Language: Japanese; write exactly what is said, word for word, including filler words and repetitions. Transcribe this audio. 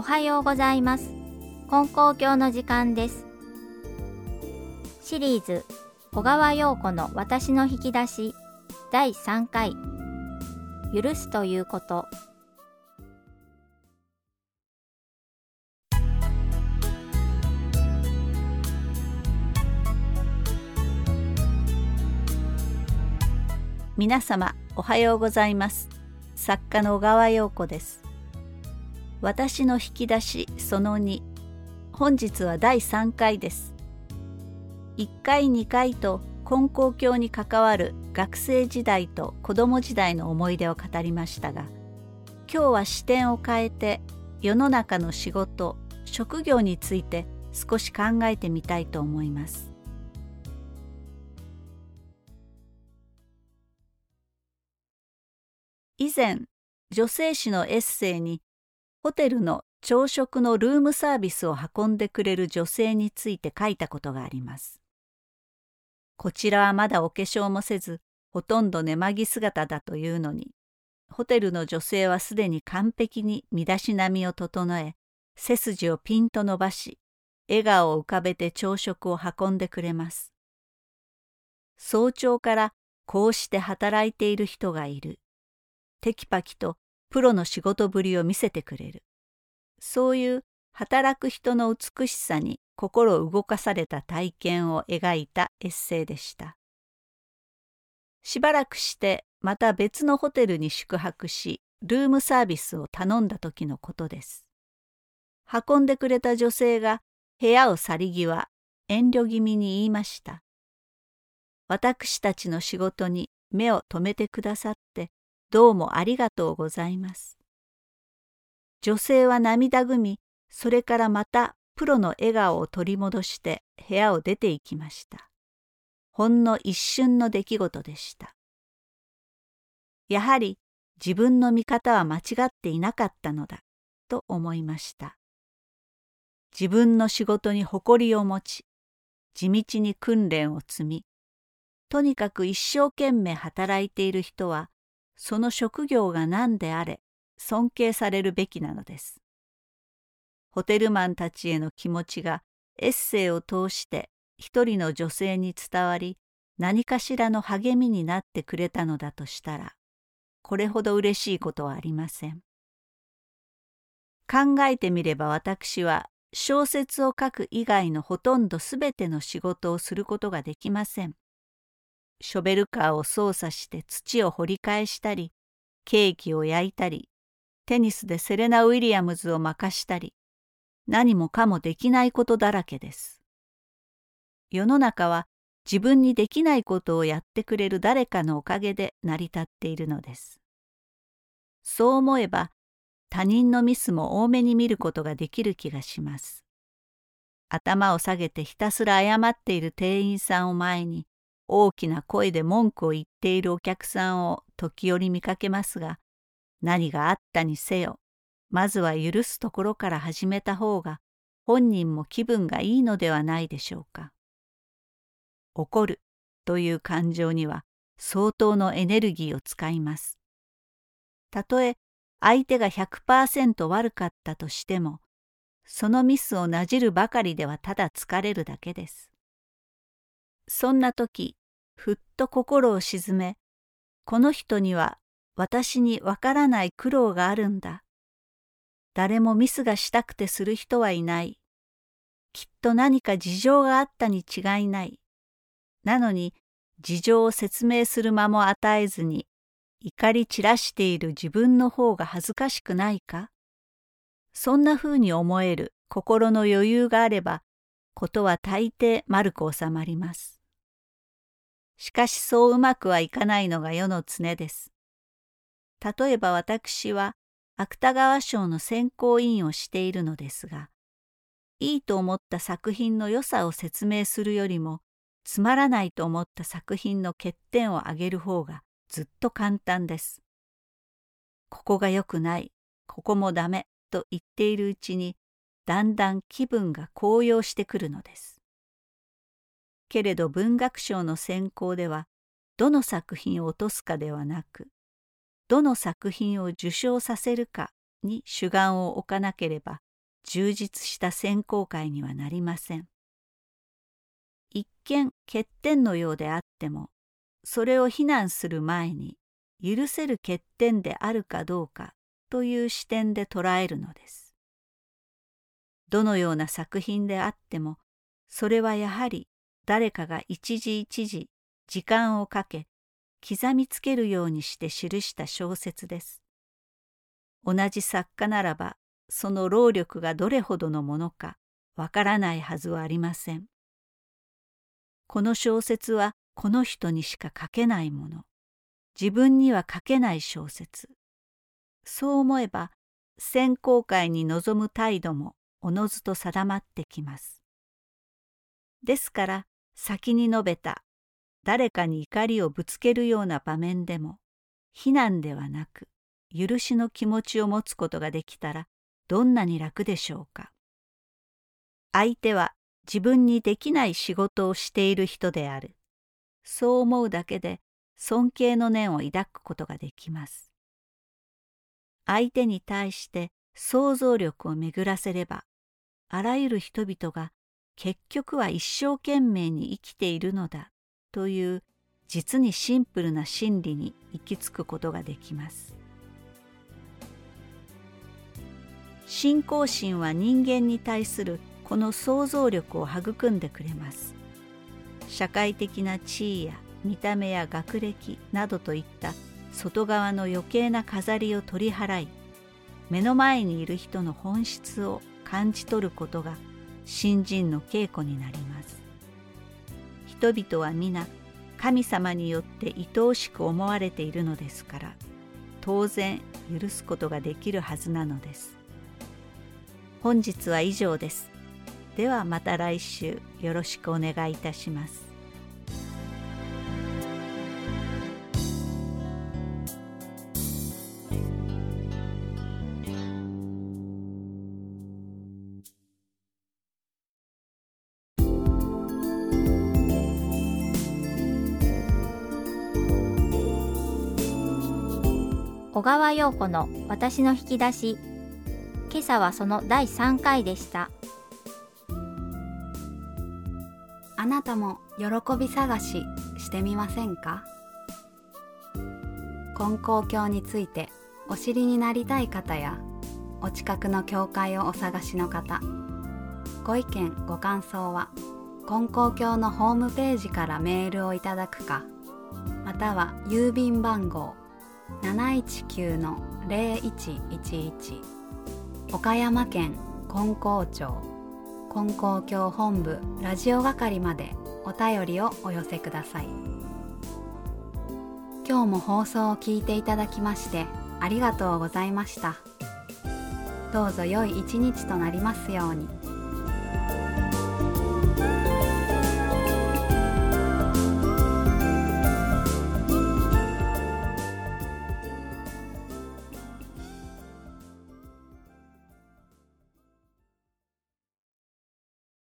はようございます。金光教の時間です。シリーズ小川陽子の私の引き出しだいさんかい、許すということ。 皆様おはようございます。作家の小川陽子です。私の引き出しそのに、本日はだいさんかいです。いっかいにかいと金光教に関わる学生時代と子供時代の思い出を語りましたが、今日は視点を変えて世の中の仕事、職業について少し考えてみたいと思います。以前、女性誌のエッセイにホテルの朝食のルームサービスを運んでくれる女性について書いたことがあります。こちらはまだお化粧もせず、ほとんど寝間着姿だというのに、ホテルの女性はすでに完璧に身だしなみを整え、背筋をピンと伸ばし、笑顔を浮かべて朝食を運んでくれます。早朝からこうして働いている人がいる。テキパキとプロの仕事ぶりを見せてくれる。そういう働く人の美しさに心を動かされた体験を描いたエッセイでした。しばらくしてまた別のホテルに宿泊し、ルームサービスを頼んだ時のことです。運んでくれた女性が部屋を去り際、遠慮気味に言いました。私たちの仕事に目を留めてくださってどうもありがとうございます。女性は涙ぐみ、それからまたプロの笑顔を取り戻して部屋を出て行きました。ほんの一瞬の出来事でした。やはり自分の見方は間違っていなかったのだと思いました。自分の仕事に誇りを持ち、地道に訓練を積み、とにかく一生懸命働いている人は、その職業が何であれ尊敬されるべきなのです。ホテルマンたちへの気持ちがエッセイを通して一人の女性に伝わり、何かしらの励みになってくれたのだとしたら、これほど嬉しいことはありません。考えてみれば私は小説を書く以外のほとんどすべての仕事をすることができません。ショベルカーを操作して土を掘り返したり、ケーキを焼いたり、テニスでセレナ・ウィリアムズを任したり、何もかもできないことだらけです。世の中は自分にできないことをやってくれる誰かのおかげで成り立っているのです。そう思えば、他人のミスも多めに見ることができる気がします。頭を下げてひたすら謝っている店員さんを前に、大きな声で文句を言っているお客さんを時折見かけますが、何があったにせよ、まずは許すところから始めた方が本人も気分がいいのではないでしょうか。怒るという感情には相当のエネルギーを使います。たとえ相手が ひゃくパーセント 悪かったとしても、そのミスをなじるばかりではただ疲れるだけです。そんな時、ふっと心を静め、この人には私にわからない苦労があるんだ。誰もミスがしたくてする人はいない。きっと何か事情があったに違いない。なのに事情を説明する間も与えずに、怒り散らしている自分の方が恥ずかしくないか？そんなふうに思える心の余裕があれば、ことは大抵丸く収まります。しかしそううまくはいかないのが世の常です。例えば私は芥川賞の選考委員をしているのですが、いいと思った作品の良さを説明するよりも、つまらないと思った作品の欠点を挙げる方がずっと簡単です。ここが良くない、ここもダメと言っているうちに、だんだん気分が高揚してくるのです。けれど文学賞の選考では、どの作品を落とすかではなく、どの作品を受賞させるかに主眼を置かなければ充実した選考会にはなりません。一見欠点のようであっても、それを非難する前に許せる欠点であるかどうかという視点で捉えるのです。どのような作品であっても、それはやはり誰かが一字一字時間をかけ刻みつけるようにして記した小説です。同じ作家ならばその労力がどれほどのものかわからないはずはありません。この小説はこの人にしか書けないもの、自分には書けない小説。そう思えば選考会に臨む態度もおのずと定まってきます。ですから先に述べた誰かに怒りをぶつけるような場面でも非難ではなく許しの気持ちを持つことができたらどんなに楽でしょうか。相手は自分にできない仕事をしている人である。そう思うだけで尊敬の念を抱くことができます。相手に対して想像力を巡らせれば、あらゆる人々が結局は一生懸命に生きているのだという実にシンプルな真理に行き着くことができます。信仰心は人間に対するこの想像力を育んでくれます。社会的な地位や見た目や学歴などといった外側の余計な飾りを取り払い、目の前にいる人の本質を感じ取ることが信心の稽古になります。人々は皆神様によって愛おしく思われているのですから、当然許すことができるはずなのです。本日は以上です。ではまた来週よろしくお願いいたします。 小川陽子の私の引き出し。今朝はそのだいさんかいでした。 あなたも喜び探ししてみませんか？金光教についてお知りになりたい方や、お近くの教会をお探しの方、ご意見ご感想は金光教のホームページからメールをいただくか、または郵便番号 なないちきゅうのぜろいちいちいち 岡山県金光町金光教本部ラジオ係までお便りをお寄せください。今日も放送を聞いていただきましてありがとうございました。どうぞ良い一日となりますように。